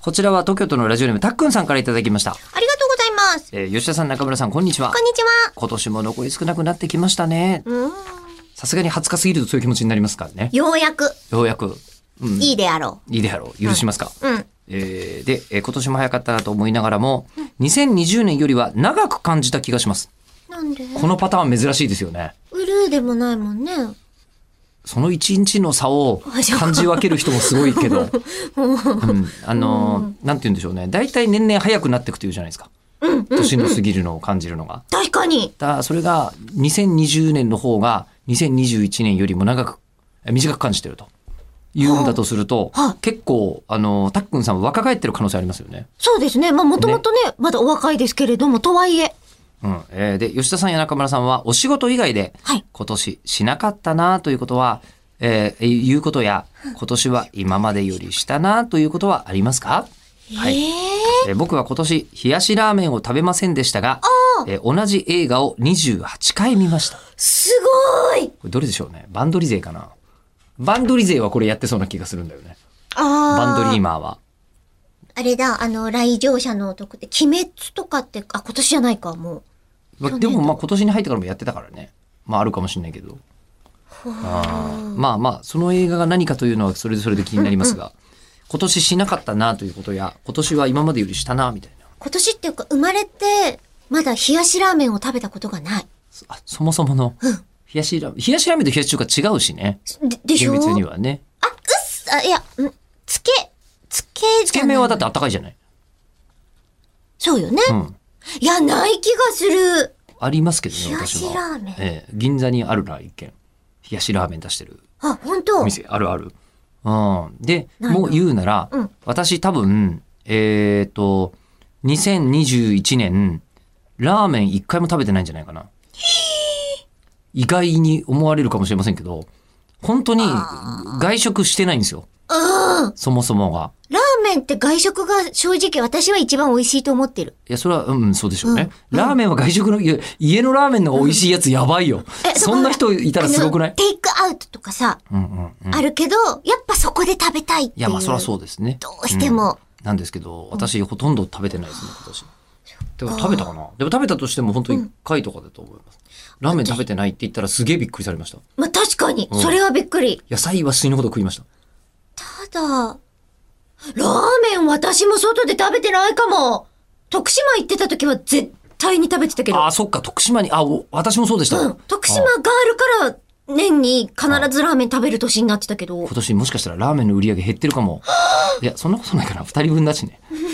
こちらは東京都のラジオネームたっくんさんからいただきました。 ありがとうございます。 吉田さん、中村さん、こんにちは。 こんにちは。 今年も残り少なくなってきましたね。さすがに20日過ぎるとそういう気持ちになりますからね。 ようやく。 ようやく。 いいであろう。 いいであろう。許しますか。で、今年も早かったなと思いながらも、2020年よりは長く感じた気がします。 なんで？ このパターン珍しいですよね。 うるうでもないもんね。 その一日の差を感じ分ける人もすごいけど、なんて言うんでしょうね。大体年々早くなっていくというじゃないですか。年の過ぎるのを感じるのが。 確かに。 それが2020年の方が2021年よりも短く感じてると。いうんだとすると、結構、たっくんさんは若返ってる可能性ありますよね。 そうですね。まあ、もともとね、まだお若いですけれども、とはいえ。 で、吉田さんや中村さんはお仕事以外で、今年しなかったなということは、いうことや、今年は今までよりしたなということはありますか？僕は今年、冷やしラーメンを食べませんでしたが、同じ映画を28回見ました。 すごい！ これどれでしょうね。バンドリ勢かな。バンドリ勢はこれやってそうな気がするんだよね。バンドリーマーは。 あれだ、来場者の男って、鬼滅とかって、今年じゃないか、もう。 でも今年に入ってからもやってたからね。あるかもしれないけど。その映画が何かというのはそれで気になりますが、今年しなかったなということや、今年は今までよりしたな、みたいな。 今年っていうか、生まれて、まだ冷やしラーメンを食べたことがない。 そもそもの。冷やしラーメンと冷やし中華違うしね。 でしょ？ 厳密にはね。 いや、つけ麺はだってあったかいじゃない。 そうよね。いや、ない気がする。 ありますけどね、私は。 冷やしラーメン。 銀座にあるな、一軒。冷やしラーメン出してる。 本当？ お店、あるある。で、もう言うなら、私多分、2021年、ラーメン一回も食べてないんじゃないかな。意外に思われるかもしれませんけど、本当に外食してないんですよ。そもそもが。 ラーメンって外食が正直私は一番美味しいと思ってる。 いや、それは、そうでしょうね。ラーメンは外食の、家のラーメンの美味しいやつやばいよ。そんな人いたらすごくない？ テイクアウトとかさ、あるけど、やっぱそこで食べたいっていう。 いや、まあそりゃそうですね。 どうしても。 なんですけど、私ほとんど食べてないですね、今年。でも食べたかな？でも食べたとしても本当1回とかだと思います。ラーメン食べてないって言ったらすげえびっくりされました。 まあ確かに、それはびっくり。 野菜は死ぬほど食いました。 ただ、ラーメン私も外で食べてないかも。徳島行ってた時は絶対に食べてたけど。 そっか、徳島に、私もそうでした。 徳島があるから、年に必ずラーメン食べる年になってたけど。 今年もしかしたらラーメンの売り上げ減ってるかも。いや、そんなことないかな。2人分だしね。